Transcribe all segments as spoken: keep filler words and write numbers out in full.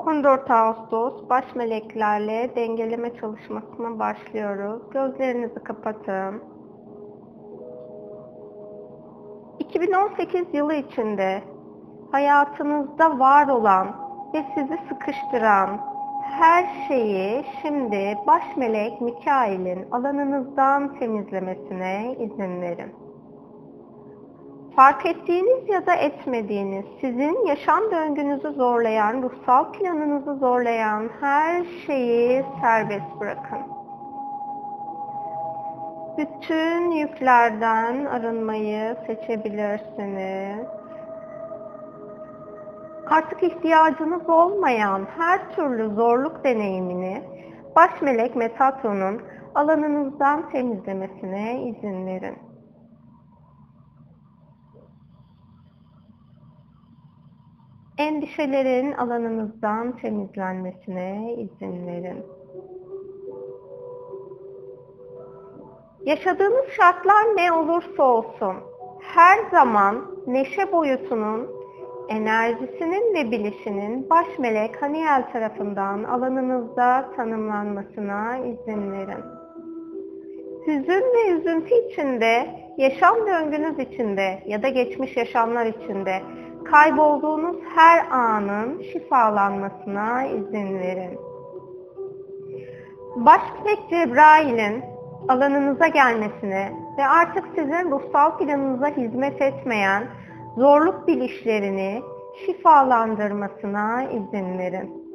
on dört Ağustos baş meleklerle dengeleme çalışmasına başlıyoruz. Gözlerinizi kapatın. iki bin on sekiz yılı içinde hayatınızda var olan ve sizi sıkıştıran her şeyi şimdi baş melek Mikail'in alanınızdan temizlemesine izin verin. Fark ettiğiniz ya da etmediğiniz, sizin yaşam döngünüzü zorlayan, ruhsal planınızı zorlayan her şeyi serbest bırakın. Bütün yüklerden arınmayı seçebilirsiniz. Artık ihtiyacınız olmayan her türlü zorluk deneyimini baş melek Metatron'un alanınızdan temizlemesine izin verin. Endişelerin alanınızdan temizlenmesine izin verin. Yaşadığınız şartlar ne olursa olsun, her zaman neşe boyutunun, enerjisinin ve bilişinin baş melek Haniel tarafından alanınızda tanımlanmasına izin verin. Hüzün ve üzüntü içinde, yaşam döngünüz içinde ya da geçmiş yaşamlar içinde kaybolduğunuz her anın şifalanmasına izin verin. Baş melek Cebrail'in alanınıza gelmesine ve artık sizin ruhsal planınıza hizmet etmeyen zorluk bilişlerini şifalandırmasına izin verin.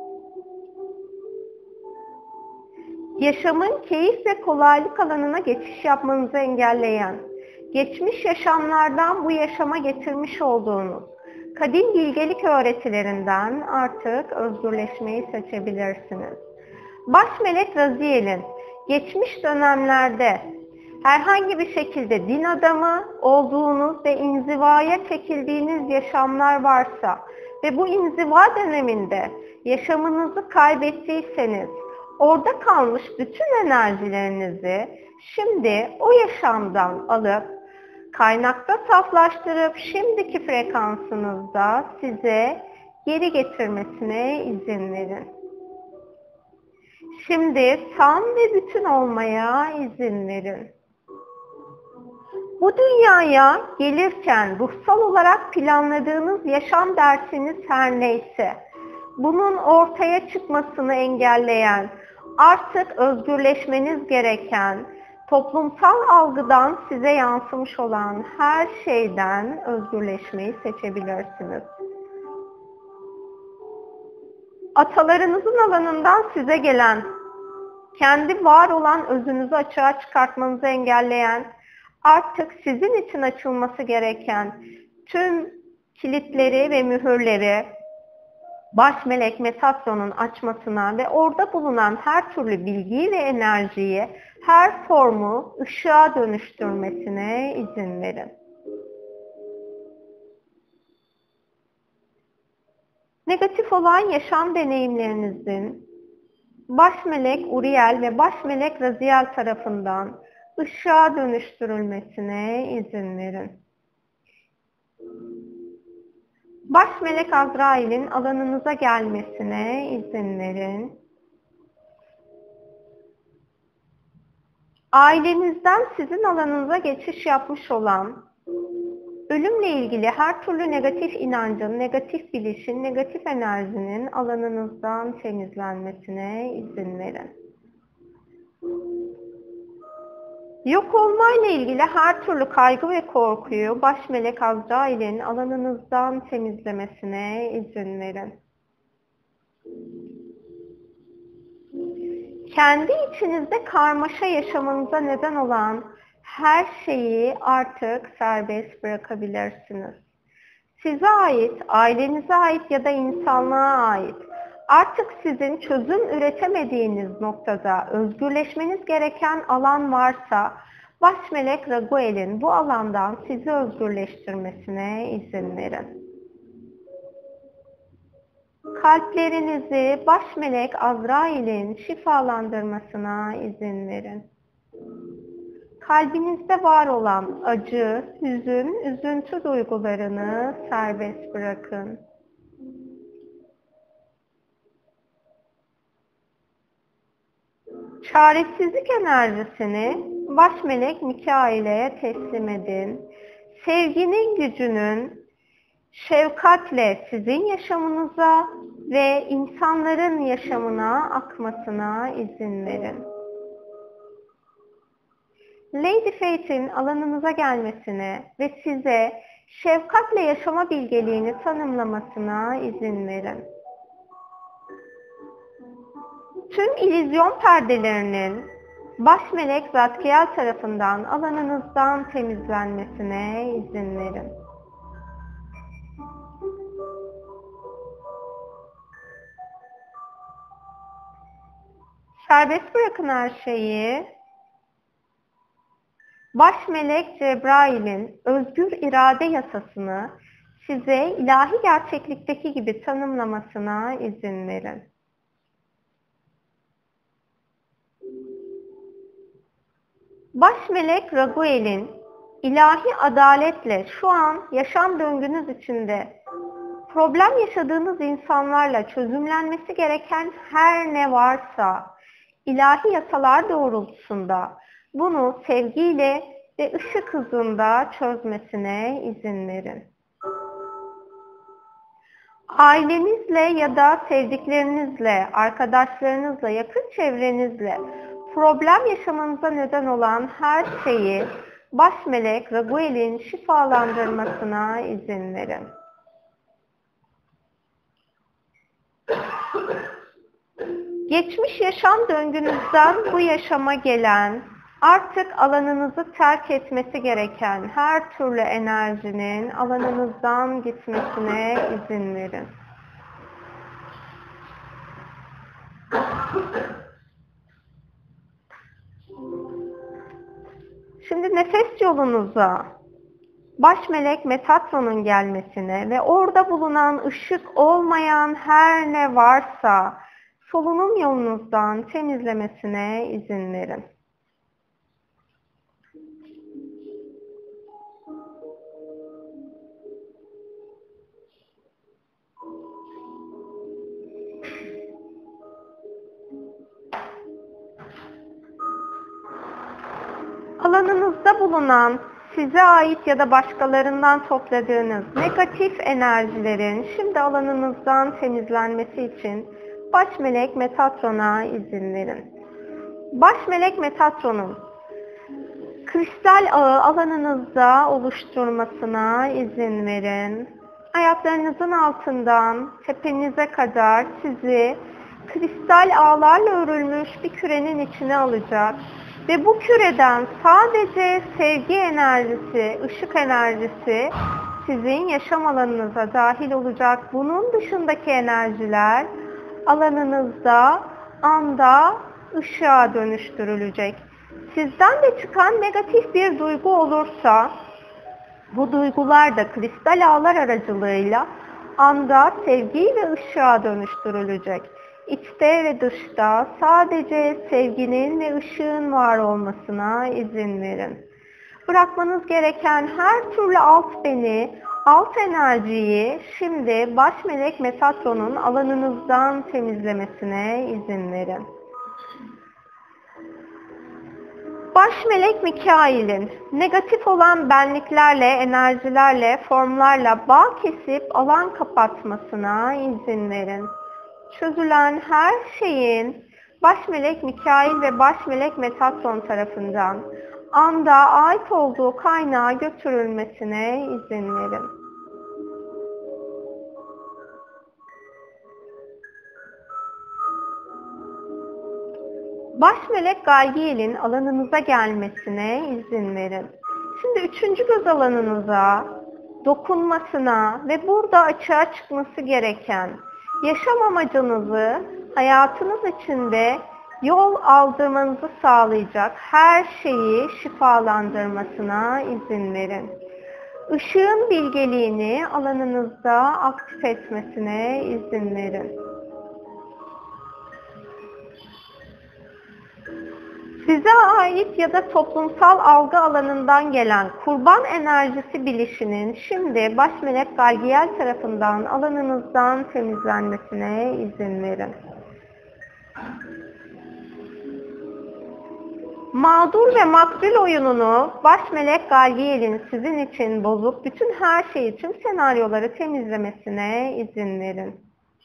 Yaşamın keyif ve kolaylık alanına geçiş yapmanızı engelleyen, geçmiş yaşamlardan bu yaşama getirmiş olduğunuz kadim bilgelik öğretilerinden artık özgürleşmeyi seçebilirsiniz. Baş melek Raziel'in geçmiş dönemlerde herhangi bir şekilde din adamı olduğunuz ve inzivaya çekildiğiniz yaşamlar varsa ve bu inziva döneminde yaşamınızı kaybettiyseniz, orada kalmış bütün enerjilerinizi şimdi o yaşamdan alıp kaynakta saflaştırıp şimdiki frekansınızda size geri getirmesine izin verin. Şimdi tam ve bütün olmaya izin verin. Bu dünyaya gelirken ruhsal olarak planladığınız yaşam dersiniz her neyse, bunun ortaya çıkmasını engelleyen, artık özgürleşmeniz gereken, toplumsal algıdan size yansımış olan her şeyden özgürleşmeyi seçebilirsiniz. Atalarınızın alanından size gelen, kendi var olan özünüzü açığa çıkartmanızı engelleyen, artık sizin için açılması gereken tüm kilitleri ve mühürleri baş melek Metatron'un açmasına ve orada bulunan her türlü bilgiyi ve enerjiyi, her formu ışığa dönüştürmesine izin verin. Negatif olan yaşam deneyimlerinizin baş melek Uriel ve baş melek Raziel tarafından ışığa dönüştürülmesine izin verin. Baş melek Azrail'in alanınıza gelmesine izin verin. Ailenizden sizin alanınıza geçiş yapmış olan, ölümle ilgili her türlü negatif inancın, negatif bilişin, negatif enerjinin alanınızdan temizlenmesine izin verin. Yok olmayla ilgili her türlü kaygı ve korkuyu baş melek Azrail'in alanınızdan temizlemesine izin verin. Kendi içinizde karmaşa yaşamanıza neden olan her şeyi artık serbest bırakabilirsiniz. Size ait, ailenize ait ya da insanlığa ait artık sizin çözüm üretemediğiniz noktada özgürleşmeniz gereken alan varsa baş melek Raguel'in bu alandan sizi özgürleştirmesine izin verin. Kalplerinizi baş melek Azrail'in şifalandırmasına izin verin. Kalbinizde var olan acı, hüzün, üzüntü duygularını serbest bırakın. Çaresizlik enerjisini baş melek Mikail'e teslim edin. Sevginin gücünün şefkatle sizin yaşamınıza ve insanların yaşamına akmasına izin verin. Lady Fate'in alanınıza gelmesine ve size şefkatle yaşama bilgeliğini tanımlamasına izin verin. Tüm illüzyon perdelerinin baş melek Zadkiel tarafından alanınızdan temizlenmesine izin verin. Serbest bırakın her şeyi. Baş melek Cebrail'in özgür irade yasasını size ilahi gerçeklikteki gibi tanımlamasına izin verin. Baş melek Raguel'in ilahi adaletle şu an yaşam döngünüz içinde problem yaşadığınız insanlarla çözümlenmesi gereken her ne varsa ilahi yasalar doğrultusunda bunu sevgiyle ve ışık hızında çözmesine izin verin. Ailenizle ya da sevdiklerinizle, arkadaşlarınızla, yakın çevrenizle problem yaşamanıza neden olan her şeyi baş melek Raguel'in şifalandırmasına izin verin. Geçmiş yaşam döngünüzden bu yaşama gelen, artık alanınızı terk etmesi gereken her türlü enerjinin alanınızdan gitmesine izin verin. Şimdi nefes yolunuza baş melek Metatron'un gelmesine ve orada bulunan ışık olmayan her ne varsa solunum yolunuzdan temizlemesine izin verin. Alanınızda bulunan, size ait ya da başkalarından topladığınız negatif enerjilerin şimdi alanınızdan temizlenmesi için baş melek Metatron'a izin verin. Baş melek Metatron'un kristal ağı alanınızda oluşturmasına izin verin. Ayaklarınızın altından tepenize kadar sizi kristal ağlarla örülmüş bir kürenin içine alacak. Ve bu küreden sadece sevgi enerjisi, ışık enerjisi sizin yaşam alanınıza dahil olacak. Bunun dışındaki enerjiler alanınızda anda ışığa dönüştürülecek. Sizden de çıkan negatif bir duygu olursa bu duygular da kristal ağlar aracılığıyla anda sevgi ve ışığa dönüştürülecek. İçte ve dışta sadece sevginin ve ışığın var olmasına izin verin. Bırakmanız gereken her türlü alt beni, alt enerjiyi şimdi baş melek Metatron'un alanınızdan temizlemesine izin verin. Baş melek Mikail'in negatif olan benliklerle, enerjilerle, formlarla bağ kesip alan kapatmasına izin verin. Çözülen her şeyin baş melek Mikail ve baş melek Metatron tarafından anda ait olduğu kaynağa götürülmesine izin verin. Baş melek Galgiel'in alanınıza gelmesine izin verin. Şimdi üçüncü göz alanınıza dokunmasına ve burada açığa çıkması gereken yaşam amacınızı hayatınız içinde yol aldırmanızı sağlayacak her şeyi şifalandırmasına izin verin. Işığın bilgeliğini alanınızda aktif etmesine izin verin. Size ait ya da toplumsal algı alanından gelen kurban enerjisi bilişinin şimdi baş melek Galgiel tarafından alanınızdan temizlenmesine izin verin. Mağdur ve maktul oyununu baş melek Galgiel'in sizin için bozup bütün her şeyi, tüm senaryoları temizlemesine izin verin.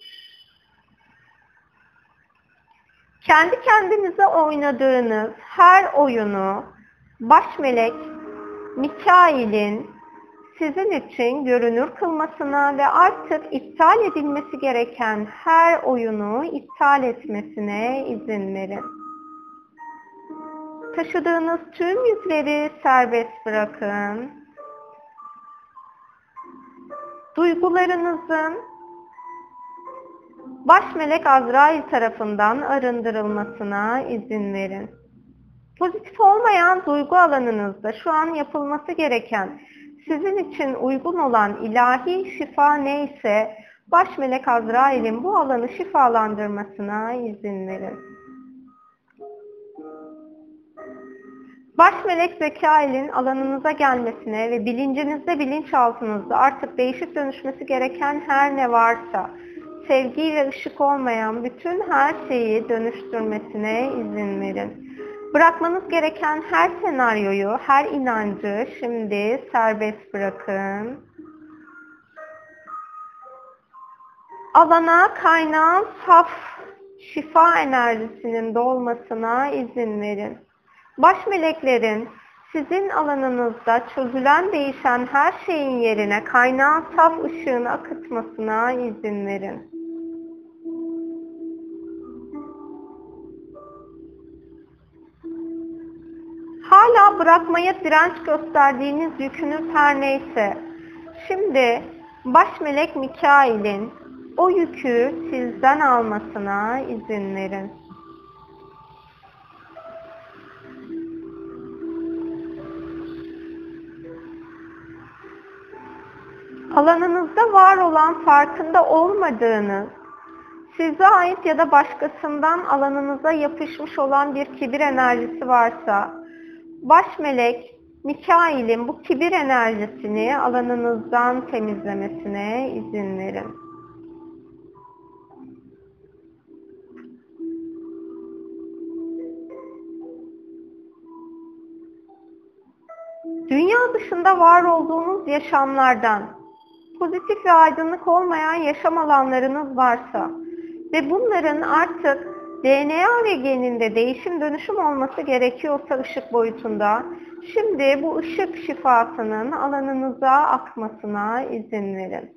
Kendi kendinize oynadığınız her oyunu baş melek Mikail'in sizin için görünür kılmasına ve artık iptal edilmesi gereken her oyunu iptal etmesine izin verin. Taşıdığınız tüm yükleri serbest bırakın. Duygularınızın baş melek Azrail tarafından arındırılmasına izin verin. Pozitif olmayan duygu alanınızda şu an yapılması gereken, sizin için uygun olan ilahi şifa neyse, baş melek Azrail'in bu alanı şifalandırmasına izin verin. Baş melek Zekail'in alanınıza gelmesine ve bilincinizde, bilinçaltınızda artık değişip dönüşmesi gereken her ne varsa, sevgi ve ışık olmayan bütün her şeyi dönüştürmesine izin verin. Bırakmanız gereken her senaryoyu, her inancı şimdi serbest bırakın. Alana kaynağın saf şifa enerjisinin dolmasına izin verin. Baş meleklerin sizin alanınızda çözülen, değişen her şeyin yerine kaynağın saf ışığını akıtmasına izin verin. Hala bırakmaya direnç gösterdiğiniz yükünüz her neyse, şimdi baş melek Mikail'in o yükü sizden almasına izin verin. Alanınızda var olan, farkında olmadığınız, size ait ya da başkasından alanınıza yapışmış olan bir kibir enerjisi varsa, baş melek Mikail'in bu kibir enerjisini alanınızdan temizlemesine izin verin. Dünya dışında var olduğunuz yaşamlardan, pozitif ve aydınlık olmayan yaşam alanlarınız varsa ve bunların artık D N A ve geninde değişim dönüşüm olması gerekiyorsa ışık boyutunda, şimdi bu ışık şifasının alanınıza akmasına izin verin.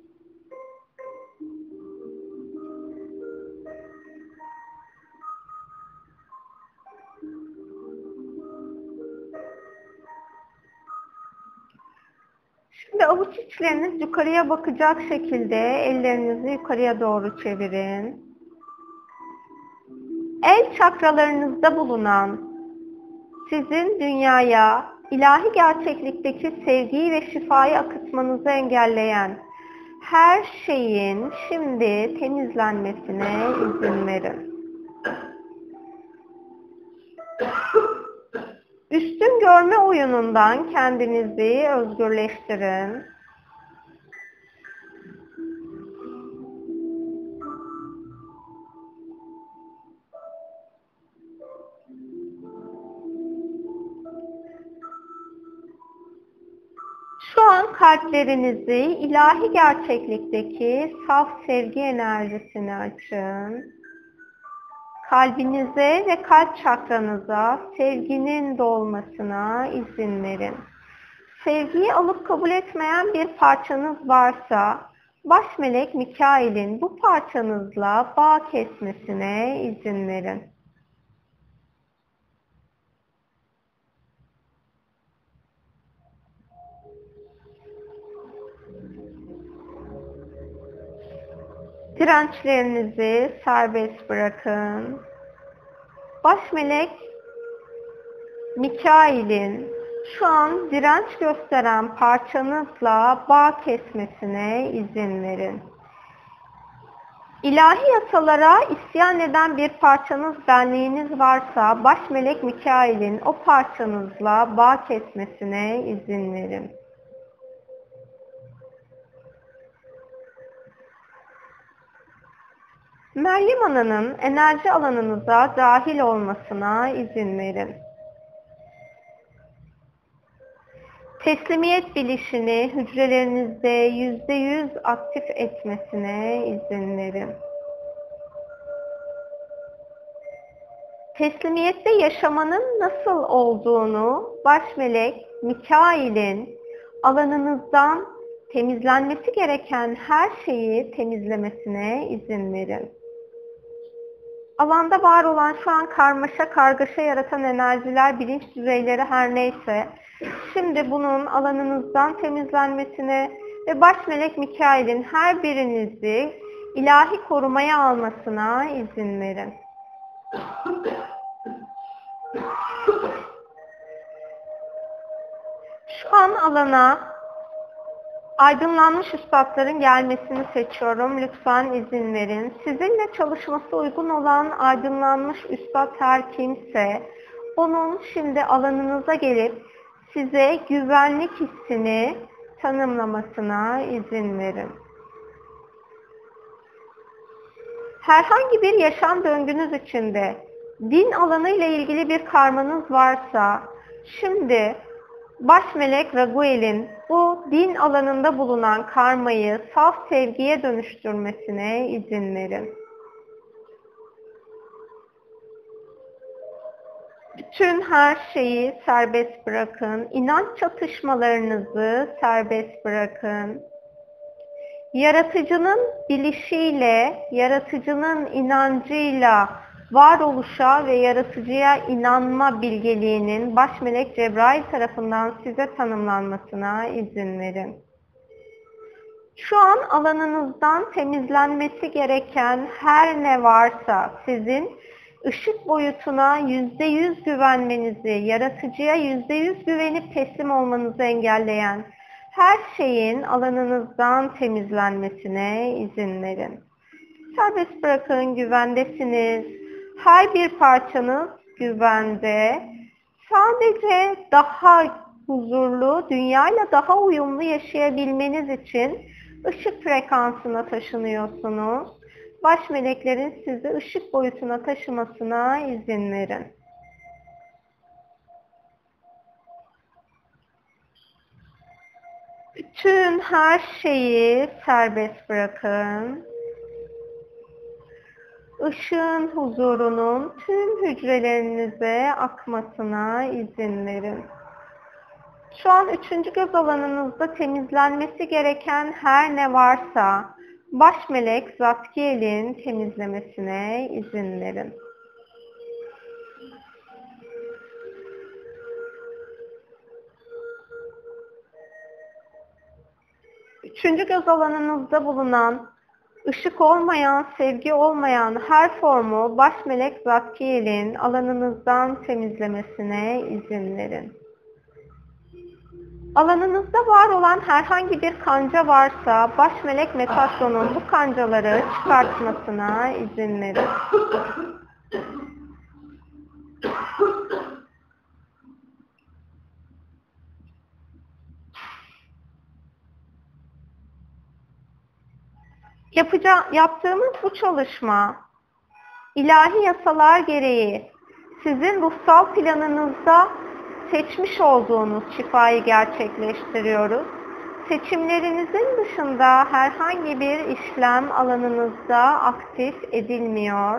Şimdi avuç içleriniz yukarıya bakacak şekilde ellerinizi yukarıya doğru çevirin. El çakralarınızda bulunan, sizin dünyaya ilahi gerçeklikteki sevgiyi ve şifayı akıtmanızı engelleyen her şeyin şimdi temizlenmesine izin verin. Üstün görme oyunundan kendinizi özgürleştirin. Şu an kalplerinizi ilahi gerçeklikteki saf sevgi enerjisine açın. Kalbinize ve kalp çakranıza sevginin dolmasına izin verin. Sevgiyi alıp kabul etmeyen bir parçanız varsa, baş melek Mikail'in bu parçanızla bağ kesmesine izin verin. Dirençlerinizi serbest bırakın. Baş melek Mikail'in şu an direnç gösteren parçanızla bağ kesmesine izin verin. İlahi yasalara isyan eden bir parçanız, benliğiniz varsa, baş melek Mikail'in o parçanızla bağ kesmesine izin verin. Meryem Ana'nın enerji alanınıza dahil olmasına izin verin. Teslimiyet bilişini hücrelerinizde yüzde yüz aktif etmesine izin verin. Teslimiyette yaşamanın nasıl olduğunu baş melek Mikail'in alanınızdan temizlenmesi gereken her şeyi temizlemesine izin verin. Alanda var olan şu an karmaşa, kargaşa yaratan enerjiler, bilinç düzeyleri her neyse, şimdi bunun alanınızdan temizlenmesine ve baş melek Mikail'in her birinizi ilahi korumaya almasına izin verin. Şu an alana aydınlanmış üstadların gelmesini seçiyorum. Lütfen izin verin. Sizinle çalışması uygun olan aydınlanmış üstad her kimse, onun şimdi alanınıza gelip size güvenlik hissini tanımlamasına izin verin. Herhangi bir yaşam döngünüz içinde din alanı ile ilgili bir karmanız varsa, şimdi baş melek Raguel'in bu din alanında bulunan karmayı saf sevgiye dönüştürmesine izin verin. Bütün her şeyi serbest bırakın. İnanç çatışmalarınızı serbest bırakın. Yaratıcının bilişiyle, yaratıcının inancıyla varoluşa ve yaratıcıya inanma bilgeliğinin baş melek Cebrail tarafından size tanımlanmasına izin verin. Şu an alanınızdan temizlenmesi gereken her ne varsa sizin ışık boyutuna yüzde yüz güvenmenizi, yaratıcıya yüzde yüz güvenip teslim olmanızı engelleyen her şeyin alanınızdan temizlenmesine izin verin. Serbest bırakın, güvendesiniz. Her bir parçanız güvende. Sadece daha huzurlu, dünyayla daha uyumlu yaşayabilmeniz için ışık frekansına taşınıyorsunuz. Baş meleklerin sizi ışık boyutuna taşımasına izin verin. Bütün her şeyi serbest bırakın. Işığın huzurunun tüm hücrelerinize akmasına izin verin. Şu an üçüncü göz alanınızda temizlenmesi gereken her ne varsa baş melek Zadkiel'in temizlemesine izin verin. Üçüncü göz alanınızda bulunan ışık olmayan, sevgi olmayan her formu baş melek Zadkiel'in alanınızdan temizlemesine izin verin. Alanınızda var olan herhangi bir kanca varsa baş melek Metatron'un bu kancaları çıkartmasına izin verin. Yapaca yaptığımız bu çalışma ilahi yasalar gereği sizin ruhsal planınızda seçmiş olduğunuz şifayı gerçekleştiriyoruz. Seçimlerinizin dışında herhangi bir işlem alanınızda aktif edilmiyor.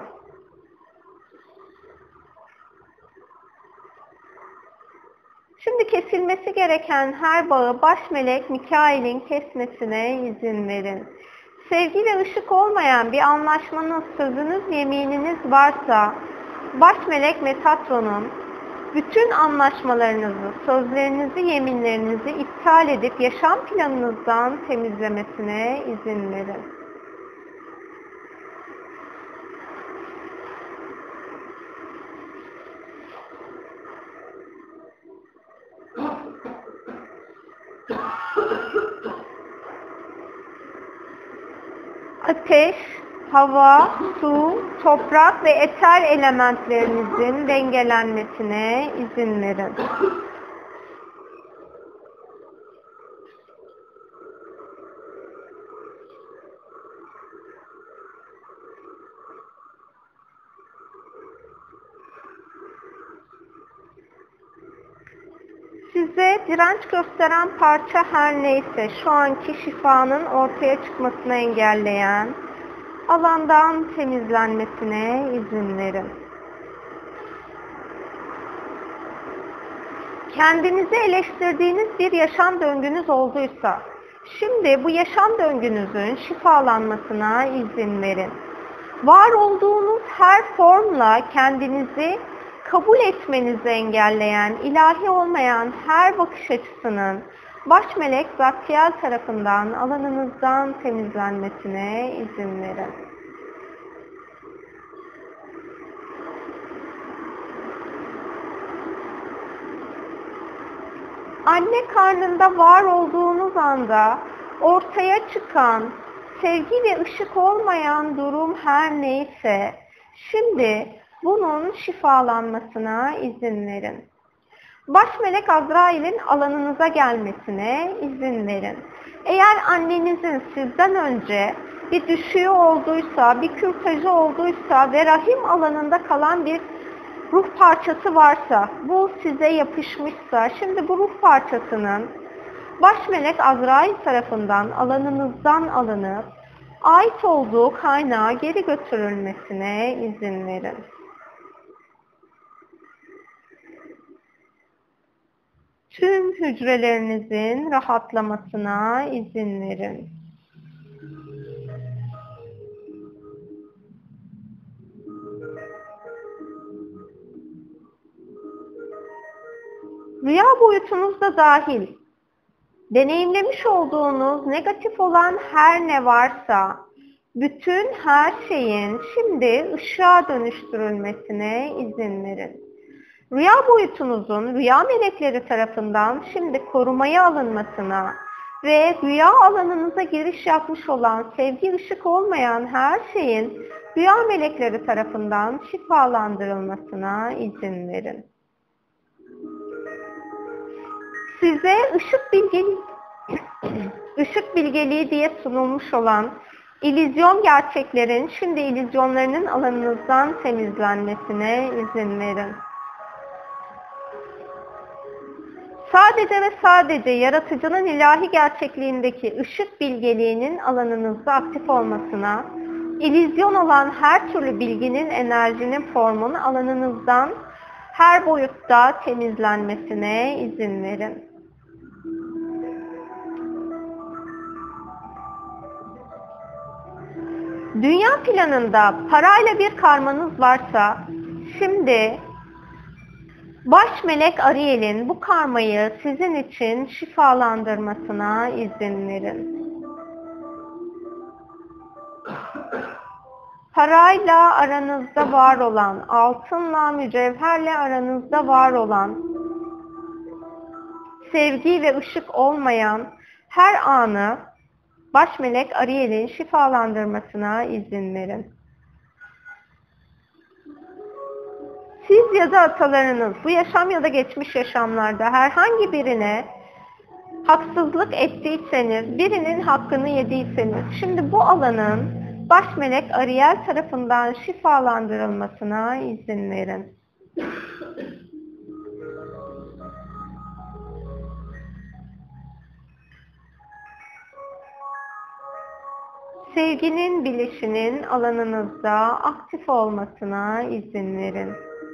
Şimdi kesilmesi gereken her bağı baş melek Mikail'in kesmesine izin verin. Sevgi ve ışık olmayan bir anlaşmanız, sözünüz, yemininiz varsa baş melek Metatron'un bütün anlaşmalarınızı, sözlerinizi, yeminlerinizi iptal edip yaşam planınızdan temizlemesine izin verin. Ateş, hava, su, toprak ve eter elementlerinizin dengelenmesine izin verin. Size direnç gösteren parça her neyse, şu anki şifanın ortaya çıkmasını engelleyen alandan temizlenmesine izin verin. Kendinizi eleştirdiğiniz bir yaşam döngünüz olduysa, şimdi bu yaşam döngünüzün şifalanmasına izin verin. Var olduğunuz her formla kendinizi kabul etmenizi engelleyen, ilahi olmayan her bakış açısının baş melek Zatiyel tarafından alanınızdan temizlenmesine izin verin. Anne karnında var olduğunuz anda ortaya çıkan sevgi ve ışık olmayan durum her neyse, şimdi bunun şifalanmasına izin verin. Baş melek Azrail'in alanınıza gelmesine izin verin. Eğer annenizin sizden önce bir düşüğü olduysa, bir kürtajı olduysa ve rahim alanında kalan bir ruh parçası varsa, bu size yapışmışsa, şimdi bu ruh parçasının baş melek Azrail tarafından alanınızdan alınıp ait olduğu kaynağa geri götürülmesine izin verin. Tüm hücrelerinizin rahatlamasına izin verin. Rüya boyutunuz da dahil, deneyimlemiş olduğunuz negatif olan her ne varsa, bütün her şeyin şimdi ışığa dönüştürülmesine izin verin. Rüya boyutunuzun rüya melekleri tarafından şimdi korumaya alınmasına ve rüya alanınıza giriş yapmış olan sevgi ışık olmayan her şeyin rüya melekleri tarafından şifalandırılmasına izin verin. Size ışık bilgeliği, ışık bilgeliği diye sunulmuş olan illüzyon gerçeklerin şimdi illüzyonlarının alanınızdan temizlenmesine izin verin. Sadece ve sadece yaratıcının ilahi gerçekliğindeki ışık bilgeliğinin alanınızda aktif olmasına, illüzyon olan her türlü bilginin, enerjinin, formun alanınızdan her boyutta temizlenmesine izin verin. Dünya planında parayla bir karmanız varsa, şimdi baş melek Ariel'in bu karmayı sizin için şifalandırmasına izin verin. Parayla aranızda var olan, altınla, mücevherle aranızda var olan, sevgi ve ışık olmayan her anı baş melek Ariel'in şifalandırmasına izin verin. Siz ya da atalarınız bu yaşam ya da geçmiş yaşamlarda herhangi birine haksızlık ettiyseniz, birinin hakkını yediyseniz, şimdi bu alanın baş melek Ariel tarafından şifalandırılmasına izin verin. Sevginin bilişinin alanınızda aktif olmasına izin verin.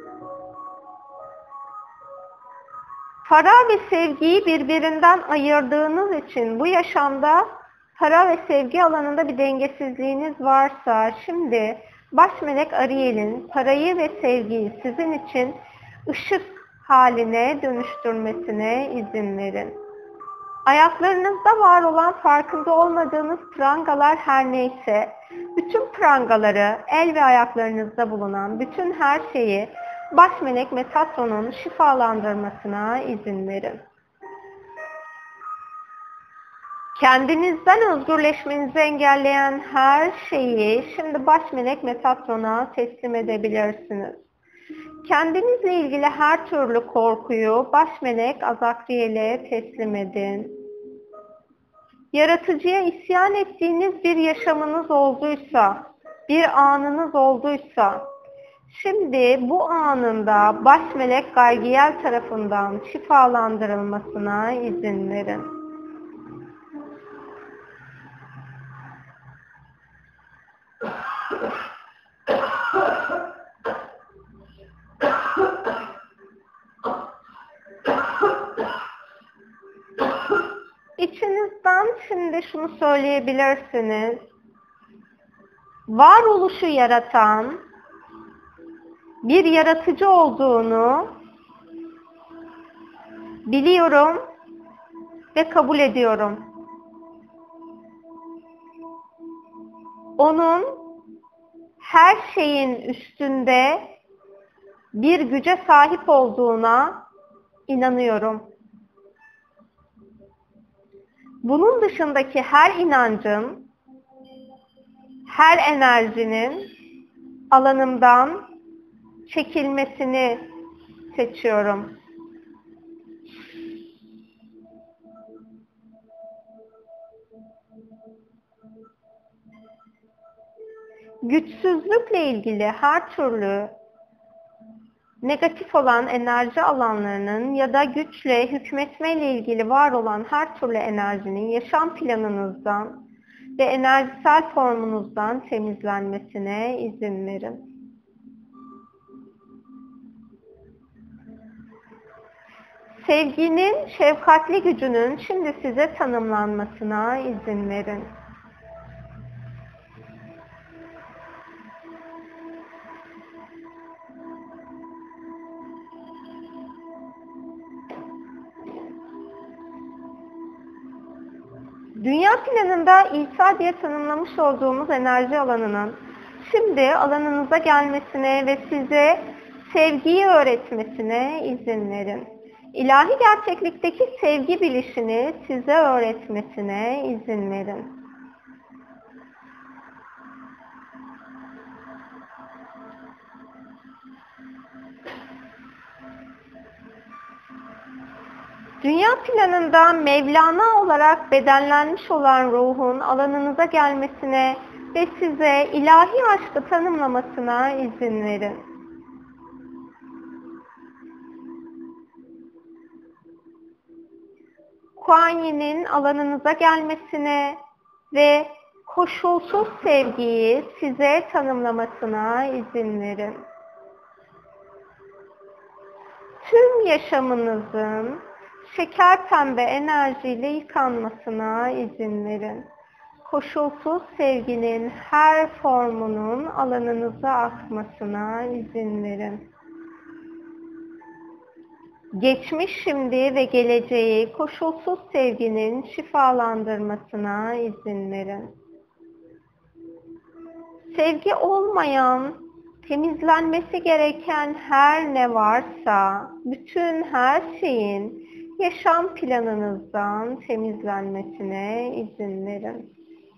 Para ve sevgiyi birbirinden ayırdığınız için bu yaşamda para ve sevgi alanında bir dengesizliğiniz varsa, şimdi baş melek Ariel'in parayı ve sevgiyi sizin için ışık haline dönüştürmesine izin verin. Ayaklarınızda var olan farkında olmadığınız prangalar her neyse, bütün prangaları, el ve ayaklarınızda bulunan bütün her şeyi baş melek Metatron'un şifalandırmasına izin verin. Kendinizden özgürleşmenizi engelleyen her şeyi şimdi baş melek Metatron'a teslim edebilirsiniz. Kendinizle ilgili her türlü korkuyu baş melek Azakriel'e teslim edin. Yaratıcıya isyan ettiğiniz bir yaşamınız olduysa, bir anınız olduysa, Şimdi bu anında baş melek Gargiel tarafından şifalandırılmasına izin verin. İçinizden şimdi şunu söyleyebilirsiniz. Varoluşu yaratan bir yaratıcı olduğunu biliyorum ve kabul ediyorum. Onun her şeyin üstünde bir güce sahip olduğuna inanıyorum. Bunun dışındaki her inancın, her enerjinin alanımdan çekilmesini seçiyorum. Güçsüzlükle ilgili her türlü negatif olan enerji alanlarının ya da güçle, hükmetmeyle ilgili var olan her türlü enerjinin yaşam planınızdan ve enerjisel formunuzdan temizlenmesine izin verin. Sevginin şefkatli gücünün şimdi size tanımlanmasına izin verin. Dünya planında İsa diye tanımlamış olduğumuz enerji alanının şimdi alanınıza gelmesine ve size sevgiyi öğretmesine izin verin. İlahi gerçeklikteki sevgi bilişini size öğretmesine izin verin. Dünya planında Mevlana olarak bedenlenmiş olan ruhun alanınıza gelmesine ve size ilahi aşkı tanımlamasına izin verin. Kuan Yin'in alanınıza gelmesine ve koşulsuz sevgiyi size tanımlamasına izin verin. Tüm yaşamınızın şeker pembe enerjiyle yıkanmasına izin verin. Koşulsuz sevginin her formunun alanınıza akmasına izin verin. Geçmiş, şimdi ve geleceği koşulsuz sevginin şifalandırmasına izin verin. Sevgi olmayan, temizlenmesi gereken her ne varsa, bütün her şeyin yaşam planınızdan temizlenmesine izin verin.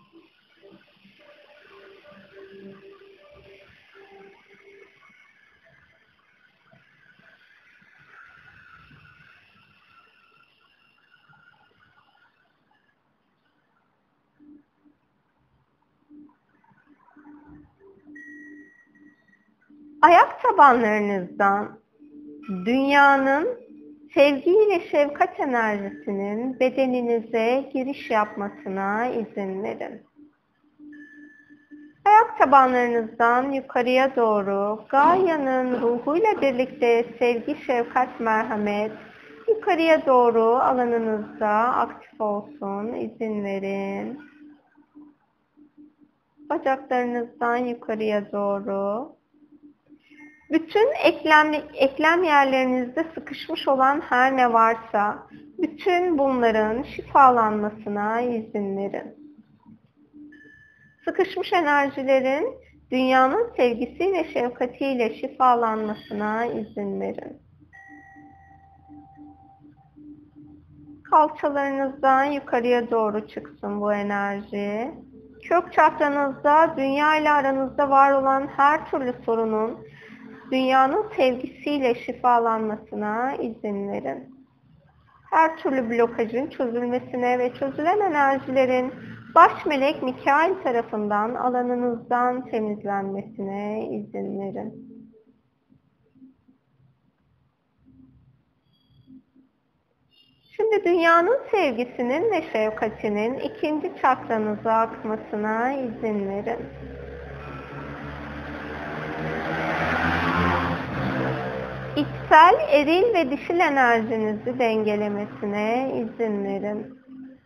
Ayak tabanlarınızdan dünyanın sevgi ve şefkat enerjisinin bedeninize giriş yapmasına izin verin. Ayak tabanlarınızdan yukarıya doğru Gaia'nın ruhuyla birlikte sevgi, şefkat, merhamet yukarıya doğru alanınızda aktif olsun. İzin verin. Bacaklarınızdan yukarıya doğru. Bütün eklem, eklem yerlerinizde sıkışmış olan her ne varsa, bütün bunların şifalanmasına izin verin. Sıkışmış enerjilerin dünyanın sevgisi ve şefkatiyle şifalanmasına izin verin. Kalçalarınızdan yukarıya doğru çıksın bu enerji. Kök çakranızda dünya ile aranızda var olan her türlü sorunun dünyanın sevgisiyle şifalanmasına izin verin. Her türlü blokajın çözülmesine ve çözülen enerjilerin baş melek Mikail tarafından alanınızdan temizlenmesine izin verin. Şimdi dünyanın sevgisinin ve şefkatinin ikinci çakranıza akmasına izin verin. İçsel, eril ve dişil enerjinizi dengelemesine izin verin.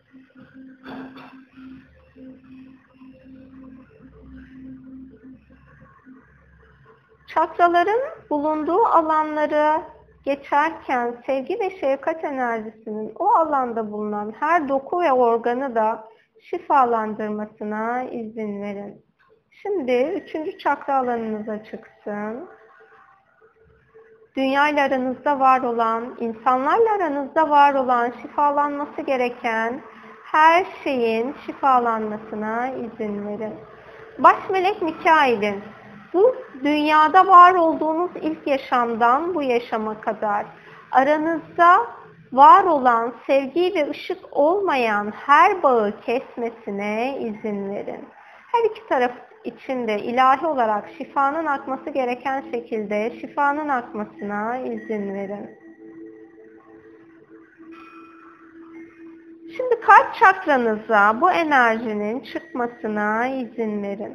Çakraların bulunduğu alanları geçerken sevgi ve şefkat enerjisinin o alanda bulunan her doku ve organı da şifalandırmasına izin verin. Şimdi üçüncü çakra alanınıza çıksın. Dünya ile aranızda var olan, insanlarla aranızda var olan, şifalanması gereken her şeyin şifalanmasına izin verin. Baş melek Mikail'in bu dünyada var olduğunuz ilk yaşamdan bu yaşama kadar aranızda var olan sevgi ve ışık olmayan her bağı kesmesine izin verin. Her iki taraf için de ilahi olarak şifanın akması gereken şekilde şifanın akmasına izin verin. Şimdi kalp çakranıza bu enerjinin çıkmasına izin verin.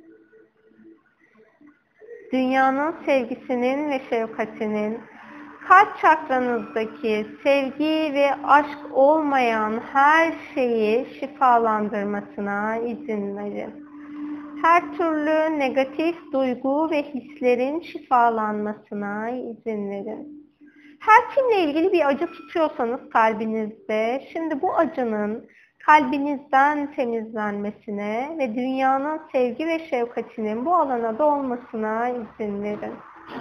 Dünyanın sevgisinin ve şefkatinin kalp çakranızdaki sevgi ve aşk olmayan her şeyi şifalandırmasına izin verin. Her türlü negatif duygu ve hislerin şifalanmasına izin verin. Her kimle ilgili bir acı tutuyorsanız kalbinizde, şimdi bu acının kalbinizden temizlenmesine ve dünyanın sevgi ve şefkatinin bu alana dolmasına izin verin.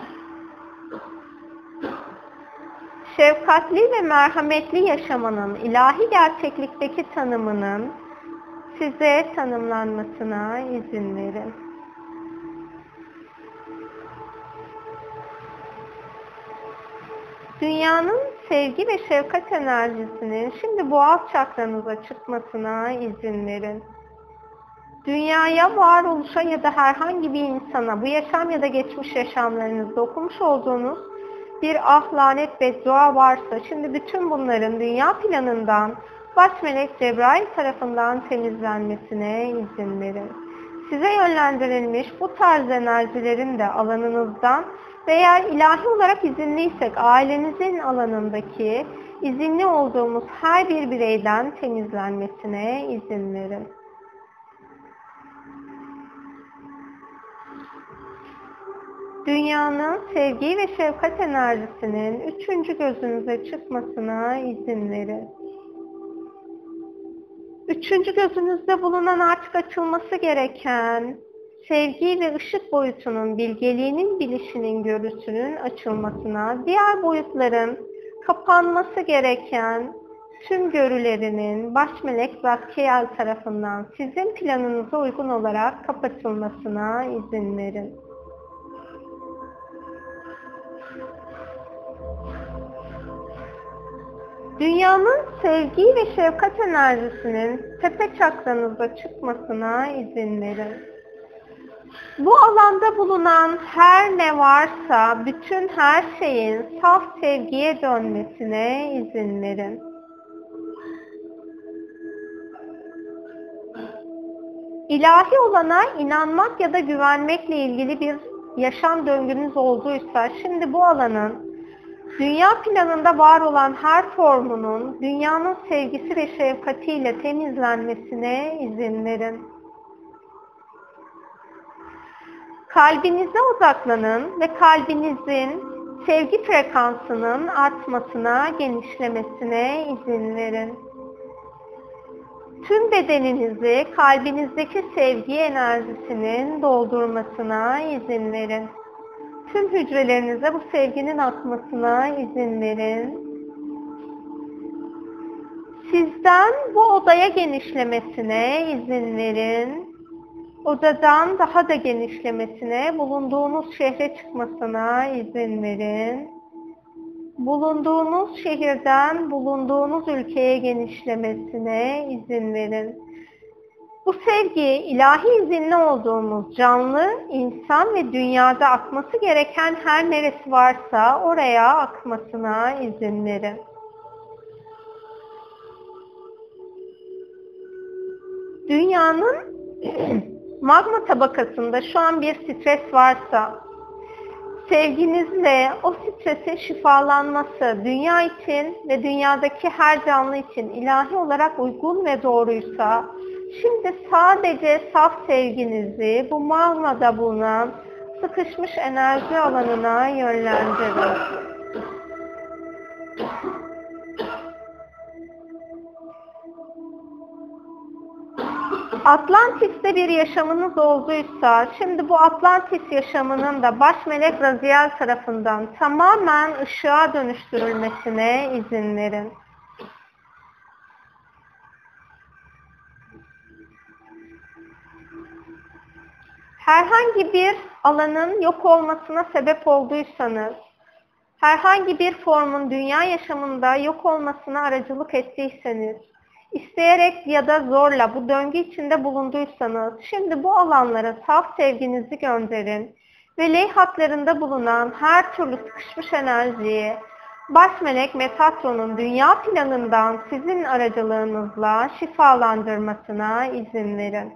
Şefkatli ve merhametli yaşamanın ilahi gerçeklikteki tanımının size tanımlanmasına izin verin. Dünyanın sevgi ve şefkat enerjisinin şimdi boğaz çakranıza çıkmasına izin verin. Dünyaya, varoluşa ya da herhangi bir insana bu yaşam ya da geçmiş yaşamlarınızda okumuş olduğunuz bir ah, lanet, beddua varsa şimdi bütün bunların dünya planından baş melek Cebrail tarafından temizlenmesine izin verin. Size yönlendirilmiş bu tarz enerjilerin de alanınızdan veya ilahi olarak izinliysek ailenizin alanındaki izinli olduğumuz her bir bireyden temizlenmesine izin verin. Dünyanın sevgi ve şefkat enerjisinin üçüncü gözünüze çıkmasına izin verin. Üçüncü gözünüzde bulunan artık açılması gereken sevgi ve ışık boyutunun, bilgeliğinin, bilişinin, görüsünün açılmasına, diğer boyutların kapanması gereken tüm görülerinin baş melek Zadkiel tarafından sizin planınıza uygun olarak kapatılmasına izin verin. Dünyanın sevgi ve şefkat enerjisinin tepe çakranıza çıkmasına izin verin. Bu alanda bulunan her ne varsa bütün her şeyin saf sevgiye dönmesine izin verin. İlahi olana inanmak ya da güvenmekle ilgili bir yaşam döngünüz olduysa şimdi bu alanın dünya planında var olan her formunun dünyanın sevgisi ve şefkatiyle temizlenmesine izin verin. Kalbinize odaklanın ve kalbinizin sevgi frekansının artmasına, genişlemesine izin verin. Tüm bedeninizi kalbinizdeki sevgi enerjisinin doldurmasına izin verin. Tüm hücrelerinize bu sevginin akmasına izin verin. Sizden bu odaya genişlemesine izin verin. Odadan daha da genişlemesine, bulunduğunuz şehre çıkmasına izin verin. Bulunduğunuz şehirden bulunduğunuz ülkeye genişlemesine izin verin. Bu sevgi, ilahi izinli olduğumuz canlı, insan ve dünyada akması gereken her neresi varsa oraya akmasına izin verin. Dünyanın magma tabakasında şu an bir stres varsa, sevginizle o stresin şifalanması dünya için ve dünyadaki her canlı için ilahi olarak uygun ve doğruysa, şimdi sadece saf sevginizi bu magmada bulunan sıkışmış enerji alanına yönlendirin. Atlantis'te bir yaşamınız olduysa, şimdi bu Atlantis yaşamının da baş melek Raziel tarafından tamamen ışığa dönüştürülmesine izin verin. Herhangi bir alanın yok olmasına sebep olduysanız, herhangi bir formun dünya yaşamında yok olmasına aracılık ettiyseniz, İsteyerek ya da zorla bu döngü içinde bulunduysanız, şimdi bu alanlara saf sevginizi gönderin ve leyhatlarında bulunan her türlü sıkışmış enerjiyi baş melek Metatron'un dünya planından sizin aracılığınızla şifalandırmasına izin verin.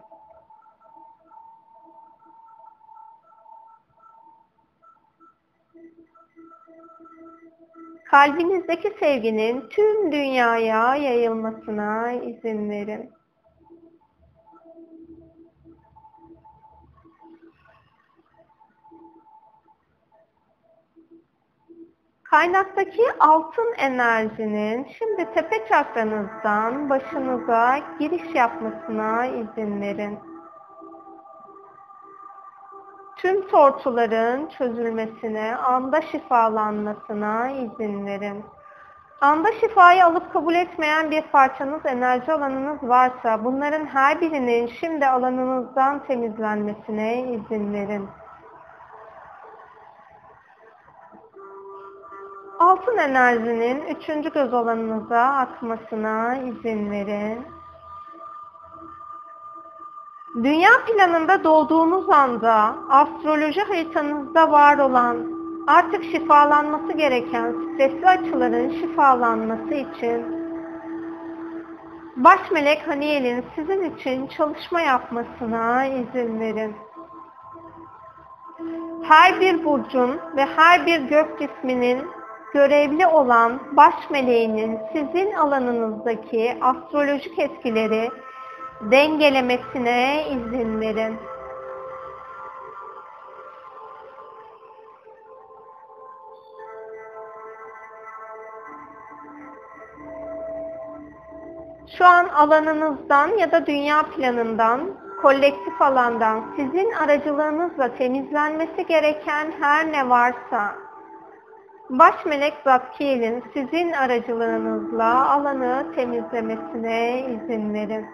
Kalbinizdeki sevginin tüm dünyaya yayılmasına izin verin. Kaynaktaki altın enerjinin şimdi tepe çakranızdan başınıza giriş yapmasına izin verin. Tüm tortuların çözülmesine, anda şifalanmasına izin verin. Anda şifayı alıp kabul etmeyen bir parçanız, enerji alanınız varsa, bunların her birinin şimdi alanınızdan temizlenmesine izin verin. Altın enerjinin üçüncü göz alanınıza akmasına izin verin. Dünya planında doğduğunuz anda astroloji haritanızda var olan, artık şifalanması gereken stresli açıların şifalanması için baş melek Haniel'in sizin için çalışma yapmasına izin verin. Her bir burcun ve her bir gök cisminin görevli olan baş meleğinin sizin alanınızdaki astrolojik etkileri dengelemesine izin verin. Şu an alanınızdan ya da dünya planından, kolektif alandan sizin aracılığınızla temizlenmesi gereken her ne varsa, baş melek Zadkiel'in sizin aracılığınızla alanı temizlemesine izin verin.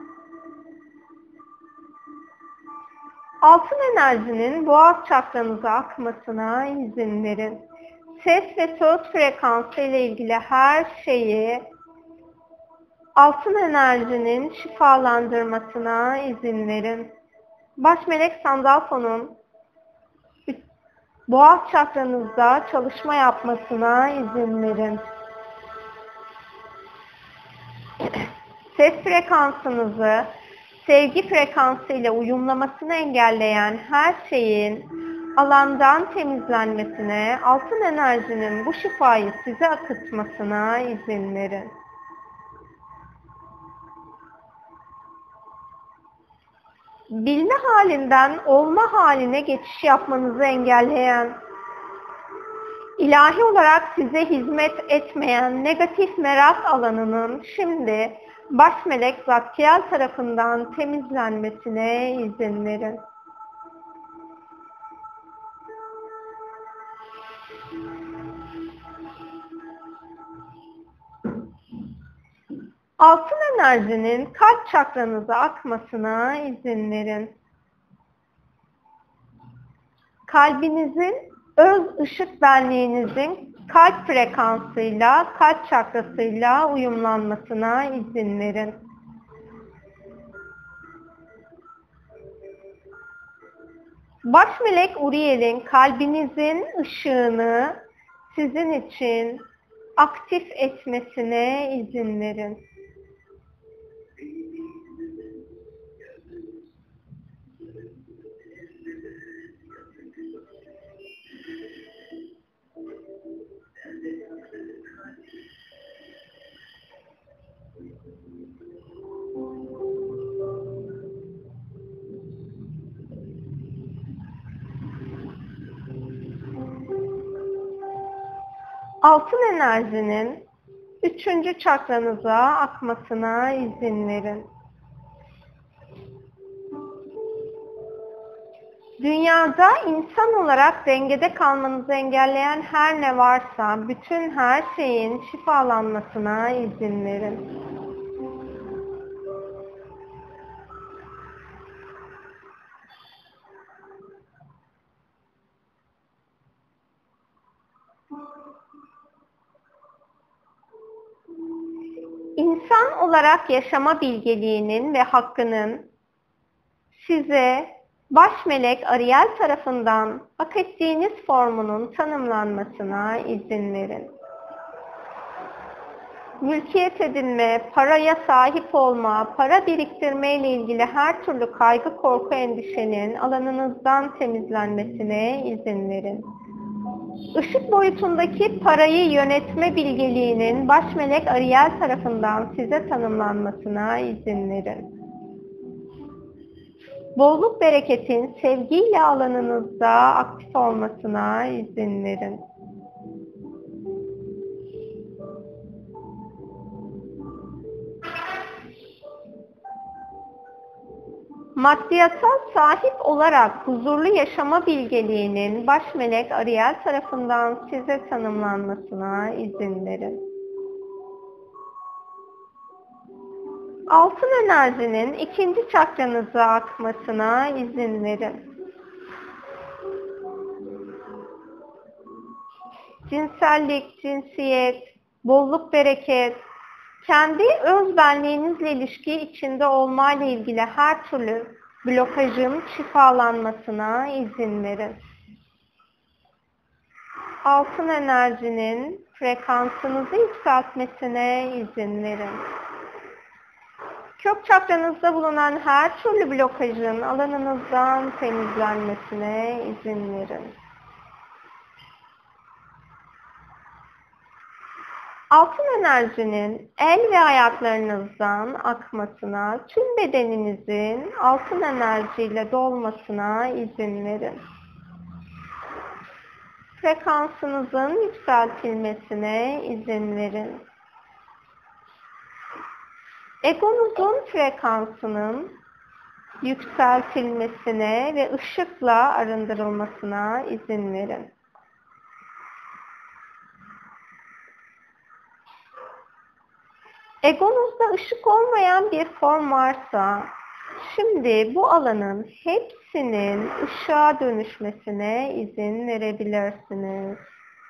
Altın enerjinin boğaz çakranıza akmasına izin verin. Ses ve söz frekansı ile ilgili her şeyi altın enerjinin şifalandırmasına izin verin. Baş melek Sandalfo'nun boğaz çakranızda çalışma yapmasına izin verin. Ses frekansınızı sevgi frekansı ile uyumlamasını engelleyen her şeyin alandan temizlenmesine, altın enerjinin bu şifayı size akıtmasına izin verin. Bilme halinden olma haline geçiş yapmanızı engelleyen, ilahi olarak size hizmet etmeyen negatif merak alanının şimdi baş melek Zadkiel tarafından temizlenmesine izin verin. Altın enerjinin kalp çakranıza akmasına izin verin. Kalbinizin öz ışık benliğinizin kalp frekansıyla, kalp çakrasıyla uyumlanmasına izin verin. Baş melek Uriel'in kalbinizin ışığını sizin için aktif etmesine izin verin. Altın enerjinin üçüncü çakranıza akmasına izin verin. Dünyada insan olarak dengede kalmanızı engelleyen her ne varsa bütün her şeyin şifalanmasına izin verin. İnsan olarak yaşama bilgeliğinin ve hakkının size baş melek Ariel tarafından hak ettiğiniz formunun tanımlanmasına izin verin. Mülkiyet edinme, paraya sahip olma, para biriktirme ile ilgili her türlü kaygı, korku, endişenin alanınızdan temizlenmesine izin verin. Işık boyutundaki parayı yönetme bilgeliğinin baş melek Ariel tarafından size tanımlanmasına izin verin. Bolluk bereketin sevgiyle alanınızda aktif olmasına izin verin. Maddiyata sahip olarak huzurlu yaşama bilgeliğinin baş melek Ariel tarafından size tanımlanmasına izin verin. Altın enerjinin ikinci çakranıza akmasına izin verin. Cinsellik, cinsiyet, bolluk, bereket, kendi öz benliğinizle ilişki içinde olmayla ilgili her türlü blokajın şifalanmasına izin verin. Altın enerjinin frekansınızı yükseltmesine izin verin. Kök çakranızda bulunan her türlü blokajın alanınızdan temizlenmesine izin verin. Altın enerjinin el ve ayaklarınızdan akmasına, tüm bedeninizin altın enerjiyle dolmasına izin verin. Frekansınızın yükseltilmesine izin verin. Egonuzun frekansının yükseltilmesine ve ışıkla arındırılmasına izin verin. Egonuzda ışık olmayan bir form varsa, şimdi bu alanın hepsinin ışığa dönüşmesine izin verebilirsiniz.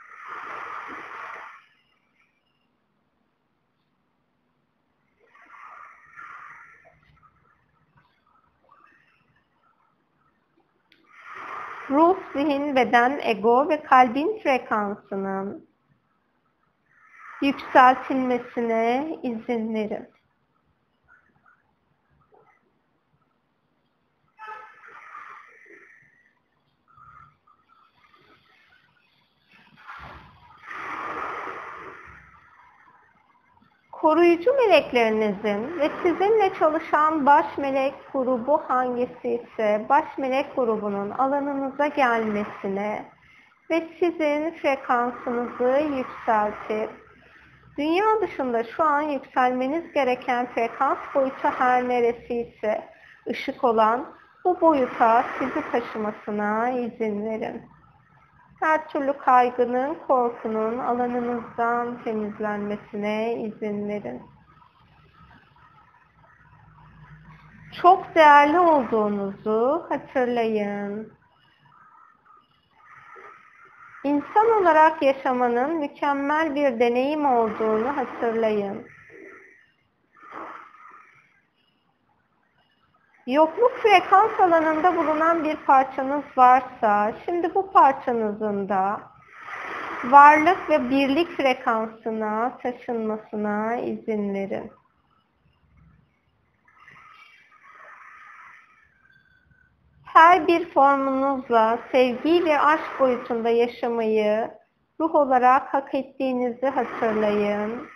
Ruh, zihin, beden, ego ve kalbin frekansının yükseltilmesine izin verin. Koruyucu meleklerinizin ve sizinle çalışan baş melek grubu hangisi ise baş melek grubunun alanınıza gelmesine ve sizin frekansınızı yükseltip dünya dışında şu an yükselmeniz gereken frekans boyutu her neresi ise ışık olan bu boyuta sizi taşımasına izin verin. Her türlü kaygının, korkunun alanınızdan temizlenmesine izin verin. Çok değerli olduğunuzu hatırlayın. İnsan olarak yaşamanın mükemmel bir deneyim olduğunu hatırlayın. Yokluk frekans alanında bulunan bir parçanız varsa, şimdi bu parçanızın da varlık ve birlik frekansına taşınmasına izin verin. Her bir formunuzla sevgi ve aşk boyutunda yaşamayı ruh olarak hak ettiğinizi hatırlayın.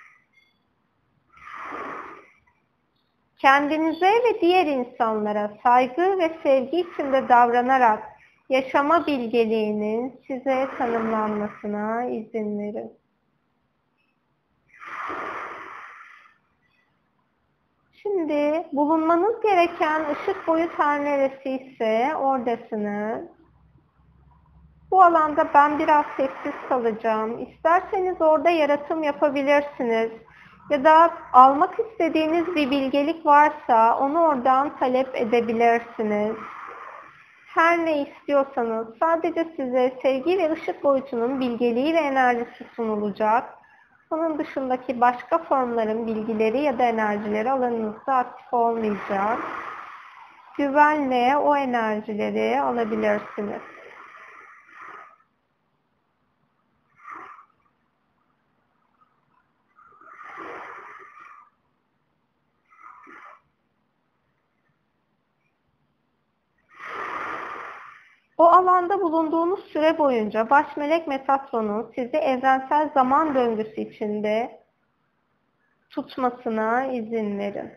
Kendinize ve diğer insanlara saygı ve sevgi içinde davranarak yaşama bilgeliğinin size tanımlanmasına izin verin. Şimdi bulunmanız gereken ışık boyut her neresi ise oradasınız. Bu alanda ben biraz sessiz kalacağım. İsterseniz orada yaratım yapabilirsiniz. Ya da almak istediğiniz bir bilgelik varsa onu oradan talep edebilirsiniz. Her ne istiyorsanız sadece size sevgi ve ışık boyutunun bilgeliği ve enerjisi sunulacak. Onun dışındaki başka formların bilgileri ya da enerjileri alanınızda aktif olmayacak. Güvenle o enerjileri alabilirsiniz. O alanda bulunduğunuz süre boyunca baş melek Metatron'un sizi evrensel zaman döngüsü içinde tutmasına izin verin.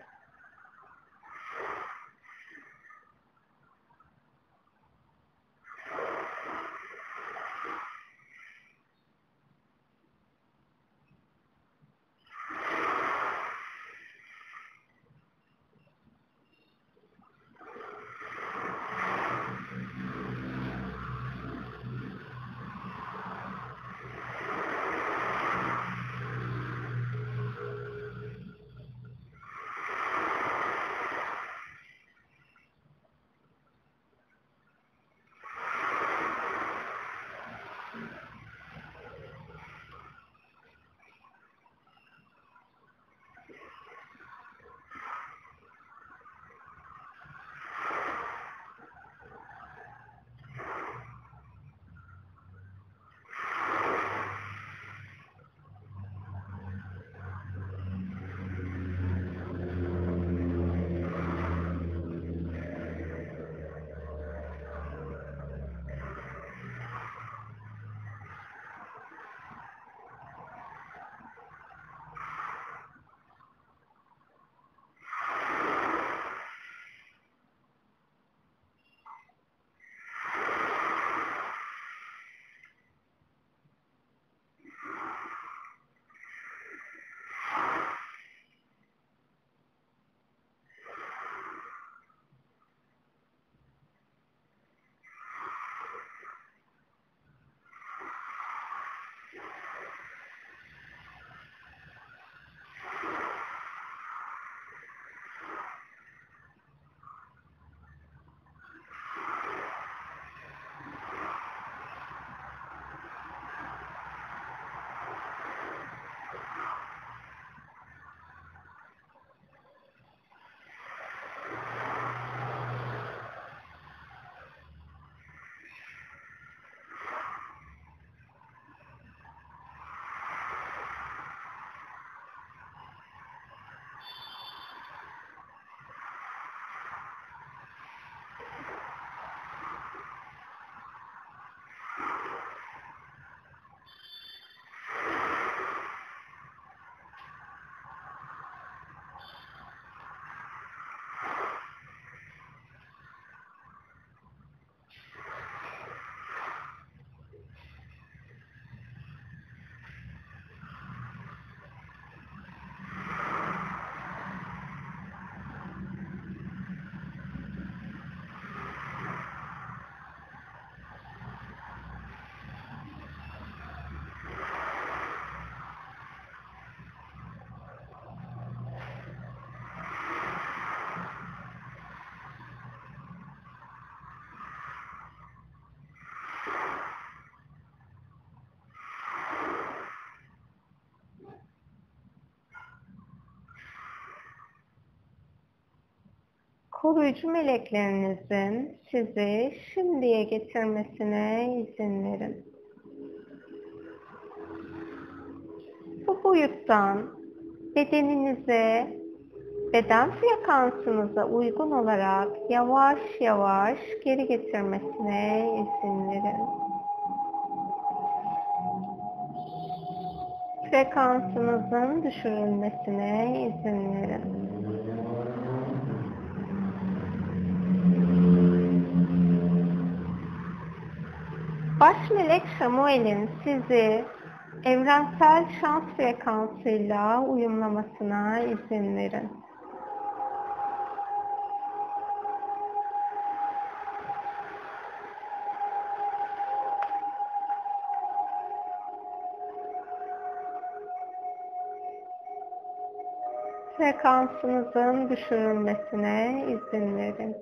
Koruyucu meleklerinizin sizi şimdiye getirmesine izin verin. Bu boyuttan bedeninize, beden frekansınıza uygun olarak yavaş yavaş geri getirmesine izin verin. Frekansınızın düşürülmesine izin verin. Baş melek Şamuel'in sizi evrensel şans frekansıyla uyumlamasına izin verin. Frekansınızın düşürülmesine izin verin.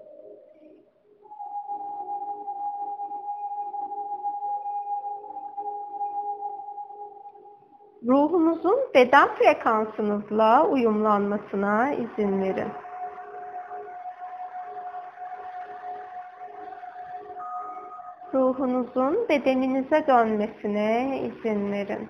Ruhunuzun beden frekansınızla uyumlanmasına izin verin. Ruhunuzun bedeninize dönmesine izin verin.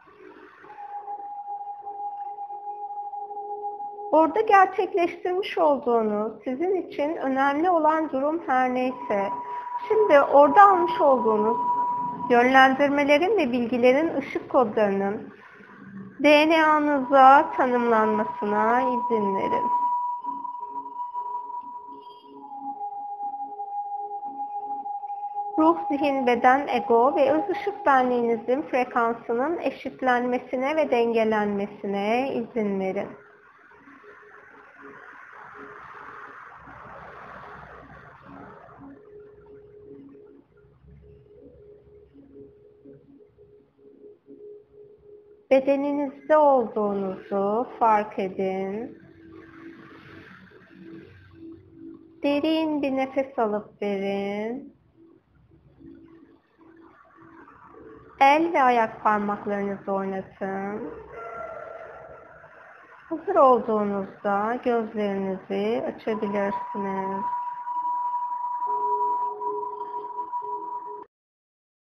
Orada gerçekleştirmiş olduğunuz, sizin için önemli olan durum her neyse, şimdi orada almış olduğunuz yönlendirmelerin ve bilgilerin ışık kodlarının D N A'nıza tanımlanmasına izin verin. Ruh, zihin, beden, ego ve öz ışık benliğinizin frekansının eşitlenmesine ve dengelenmesine izin verin. Bedeninizde olduğunuzu fark edin. Derin bir nefes alıp verin. El ve ayak parmaklarınızı oynatın. Hazır olduğunuzda gözlerinizi açabilirsiniz.